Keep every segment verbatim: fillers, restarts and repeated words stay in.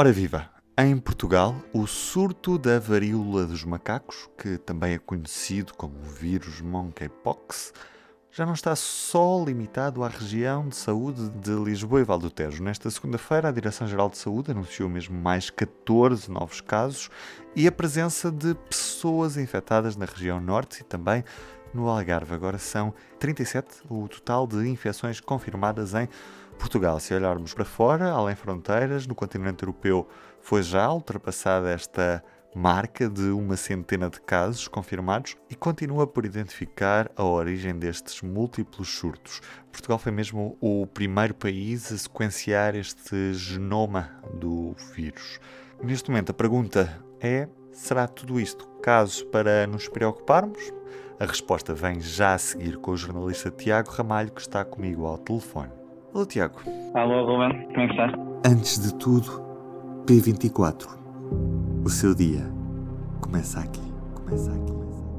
Ora viva! Em Portugal, o surto da varíola dos macacos, que também é conhecido como o vírus monkeypox, já não está só limitado à região de saúde de Lisboa e Vale do Tejo. Nesta segunda-feira, a Direção-Geral de Saúde anunciou mesmo mais catorze novos casos e a presença de pessoas infectadas na região norte e também no Algarve. Agora são trinta e sete o total de infecções confirmadas em Portugal. Se olharmos para fora, além fronteiras, no continente europeu foi já ultrapassada esta marca de uma centena de casos confirmados e continua por identificar a origem destes múltiplos surtos. Portugal foi mesmo o primeiro país a sequenciar este genoma do vírus. Neste momento a pergunta é: será tudo isto caso para nos preocuparmos? A resposta vem já a seguir com o jornalista Tiago Ramalho, que está comigo ao telefone. Olá, Tiago. Alô, Ruben, como é que estás? Antes de tudo, P vinte e quatro. O seu dia começa aqui. Começa aqui.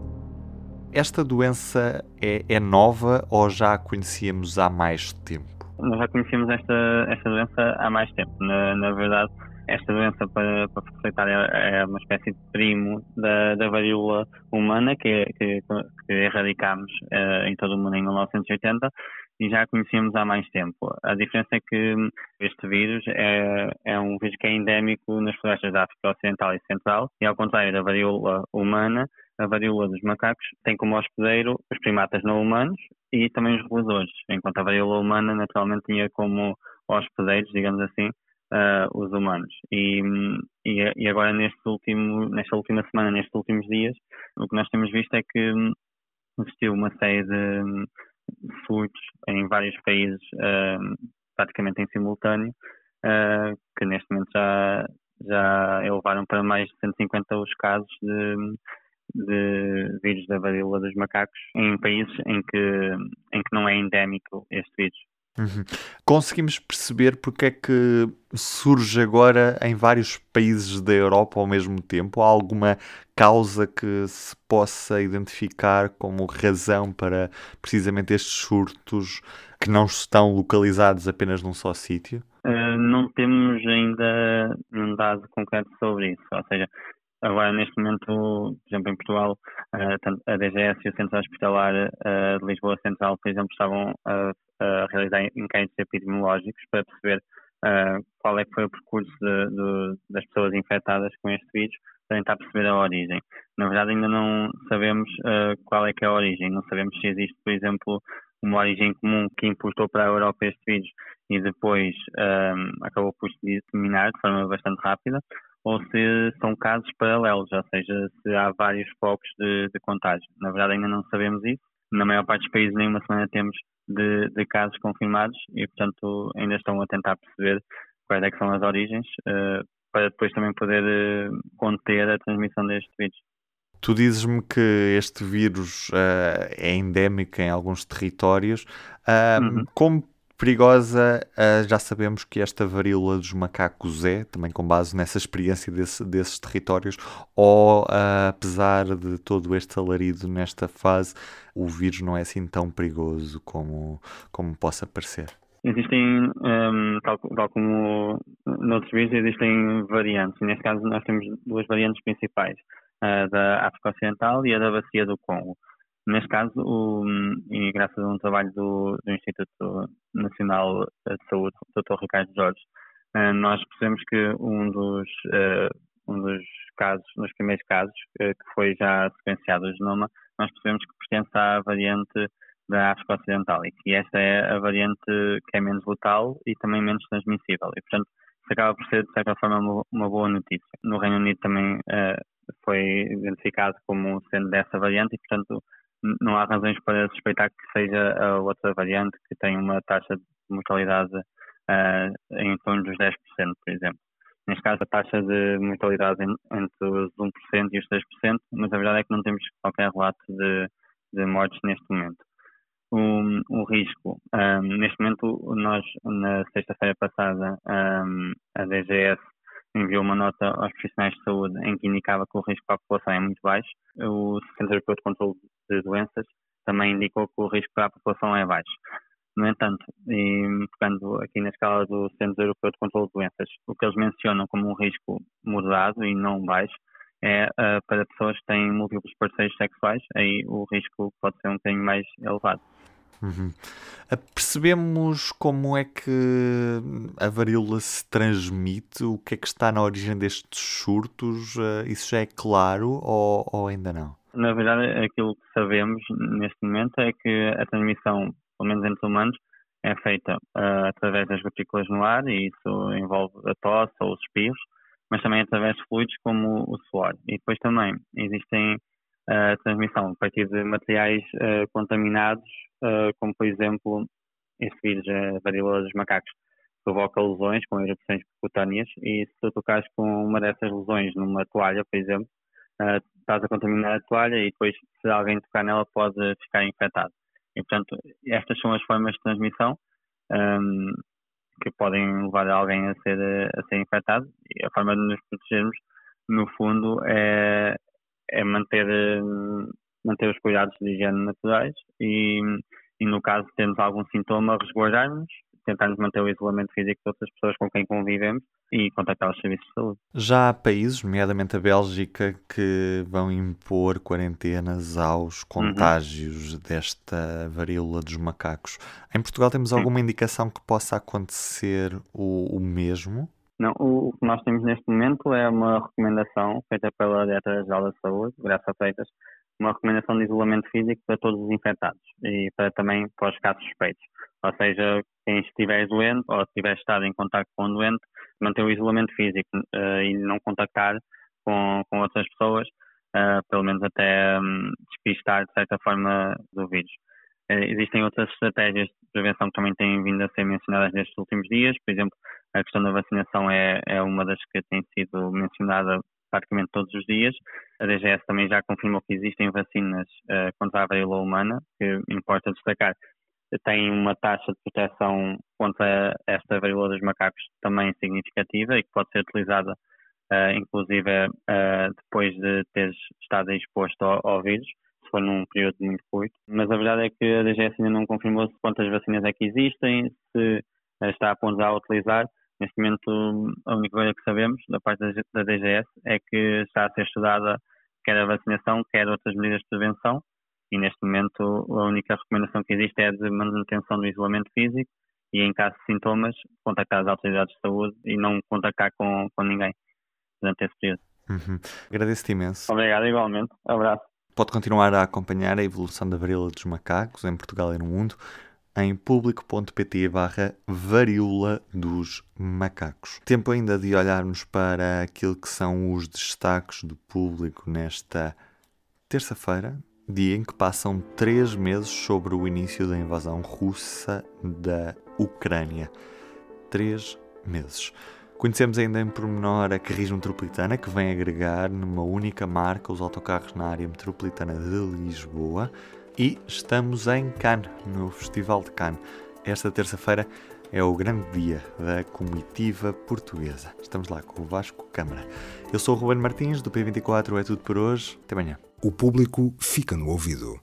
Esta doença é, é nova ou já a conhecíamos há mais tempo? Nós já conhecíamos esta, esta doença há mais tempo. Na, na verdade, esta doença, para, para facilitar, é, é uma espécie de primo da, da varíola humana que, que, que erradicámos uh, em todo o mundo em mil novecentos e oitenta e já a conhecíamos há mais tempo. A diferença é que este vírus é, é um vírus que é endémico nas florestas da África Ocidental e Central e, ao contrário da varíola humana, a varíola dos macacos tem como hospedeiro os primatas não humanos e também os roedores, enquanto a varíola humana naturalmente tinha como hospedeiros, digamos assim, uh, os humanos. E, e, e agora neste último, nesta última semana, nestes últimos dias, o que nós temos visto é que existiu uma série de surtos em vários países, uh, praticamente em simultâneo, uh, que neste momento já, já elevaram para mais de cento e cinquenta os casos de de vírus da varíola dos macacos em países em que, em que não é endémico este vírus. Uhum. Conseguimos perceber porque é que surge agora em vários países da Europa ao mesmo tempo? Há alguma causa que se possa identificar como razão para precisamente estes surtos que não estão localizados apenas num só sítio? Uh, não temos ainda um dado concreto sobre isso, ou seja, agora, neste momento, por exemplo, em Portugal, a D G S e o Centro Hospitalar de Lisboa Central, por exemplo, estavam a, a realizar inquéritos epidemiológicos para perceber uh, qual é que foi o percurso de, de, das pessoas infectadas com este vírus, para tentar perceber a origem. Na verdade, ainda não sabemos uh, qual é que é a origem. Não sabemos se existe, por exemplo, uma origem comum que importou para a Europa este vírus e depois um, acabou por se disseminar de forma bastante rápida, ou se são casos paralelos, ou seja, se há vários focos de, de contágio. Na verdade, ainda não sabemos isso. Na maior parte dos países, nem uma semana temos de, de casos confirmados e, portanto, ainda estão a tentar perceber quais é que são as origens, uh, para depois também poder uh, conter a transmissão deste vírus. Tu dizes-me que este vírus uh, é endémico em alguns territórios. Uh, Uhum. Como perigosa, uh, já sabemos que esta varíola dos macacos é, também com base nessa experiência desse, desses territórios, ou uh, apesar de todo este alarido nesta fase, o vírus não é assim tão perigoso como, como possa parecer? Existem, um, tal, tal como noutros vírus, existem variantes. Neste caso, nós temos duas variantes principais, a da África Ocidental e a da Bacia do Congo. Neste caso, o, e graças a um trabalho do, do Instituto Nacional de Saúde, o doutor Ricardo Jorge, uh, nós percebemos que um dos, uh, um dos casos, nos primeiros casos, uh, que foi já sequenciado o genoma, nós percebemos que pertence à variante da África Ocidental e que esta é a variante que é menos letal e também menos transmissível e, portanto, isso acaba por ser, de certa forma, uma, uma boa notícia. No Reino Unido também uh, foi identificado como sendo dessa variante e, portanto, n- não há razões para suspeitar que seja a outra variante que tem uma taxa de mortalidade uh, em torno dos dez por cento, por exemplo. Neste caso, a taxa de mortalidade en- entre os um por cento e os três por cento, mas a verdade é que não temos qualquer relato de, de mortes neste momento. Um, um risco. Um, neste momento, nós, na sexta-feira passada, um, a D G S enviou uma nota aos profissionais de saúde em que indicava que o risco para a população é muito baixo. O Centro Europeu de Controlo de Doenças também indicou que o risco para a população é baixo. No entanto, e pegando aqui na escala do Centro Europeu de Controlo de Doenças, o que eles mencionam como um risco moderado e não baixo é uh, para pessoas que têm múltiplos parceiros sexuais, aí o risco pode ser um bocadinho mais elevado. Uhum. Percebemos como é que a varíola se transmite? O que é que está na origem destes surtos? Isso já é claro ou, ou ainda não? Na verdade, aquilo que sabemos neste momento é que a transmissão, pelo menos entre humanos, é feita uh, através das gotículas no ar, e isso envolve a tosse ou os espirros, mas também através de fluidos como o suor. E depois também existem a uh, transmissão a partir de materiais uh, contaminados, uh, como por exemplo esse vírus, a varíola dos macacos, provoca lesões com erupções cutâneas, e se tu tocares com uma dessas lesões numa toalha, por exemplo, uh, estás a contaminar a toalha e depois, se alguém tocar nela, pode ficar infectado. E, portanto, estas são as formas de transmissão um, que podem levar alguém a ser, a ser infectado. E a forma de nos protegermos, no fundo, é, é manter, manter os cuidados de higiene naturais e, e, no caso de termos algum sintoma, resguardar-nos, tentarmos manter o isolamento físico de outras pessoas com quem convivemos e contactar os serviços de saúde. Já há países, nomeadamente a Bélgica, que vão impor quarentenas aos contágios uhum. desta varíola dos macacos. Em Portugal temos alguma Sim. indicação que possa acontecer o, o mesmo? Não, o que nós temos neste momento é uma recomendação feita pela Diretora-Geral da Saúde, Graça Freitas, uma recomendação de isolamento físico para todos os infectados e para, também para os casos suspeitos. Ou seja, quem estiver doente ou estiver estado em contato com um doente, manter o isolamento físico uh, e não contactar com, com outras pessoas, uh, pelo menos até um, despistar, de certa forma, do vírus. Uh, existem outras estratégias de prevenção que também têm vindo a ser mencionadas nestes últimos dias. Por exemplo, a questão da vacinação é, é uma das que tem sido mencionada praticamente todos os dias. A D G S também já confirmou que existem vacinas uh, contra a varíola humana, que importa destacar, tem uma taxa de proteção contra esta varíola dos macacos também significativa e que pode ser utilizada uh, inclusive uh, depois de teres estado exposto ao, ao vírus, se for num período muito curto. Mas a verdade é que a D G S ainda não confirmou quantas vacinas é que existem, se uh, está a ponderar a utilizar. Neste momento, a única coisa que sabemos da parte da D G S é que está a ser estudada quer a vacinação, quer outras medidas de prevenção, e neste momento a única recomendação que existe é de manutenção do isolamento físico e, em caso de sintomas, contactar as autoridades de saúde e não contactar com, com ninguém durante esse período. Uhum. Agradeço-te imenso. Obrigado, igualmente. Abraço. Pode continuar a acompanhar a evolução da varíola dos macacos em Portugal e no mundo em público.pt barra varíola dos macacos. Tempo ainda de olharmos para aquilo que são os destaques do Público nesta terça-feira, dia em que passam três meses sobre o início da invasão russa da Ucrânia. Três meses. Conhecemos ainda em pormenor a Carris Metropolitana, que vem agregar numa única marca os autocarros na área metropolitana de Lisboa. E estamos em Cannes, no Festival de Cannes. Esta terça-feira é o grande dia da comitiva portuguesa. Estamos lá com o Vasco Câmara. Eu sou o Ruben Martins, do P vinte e quatro, é tudo por hoje. Até amanhã. O Público fica no ouvido.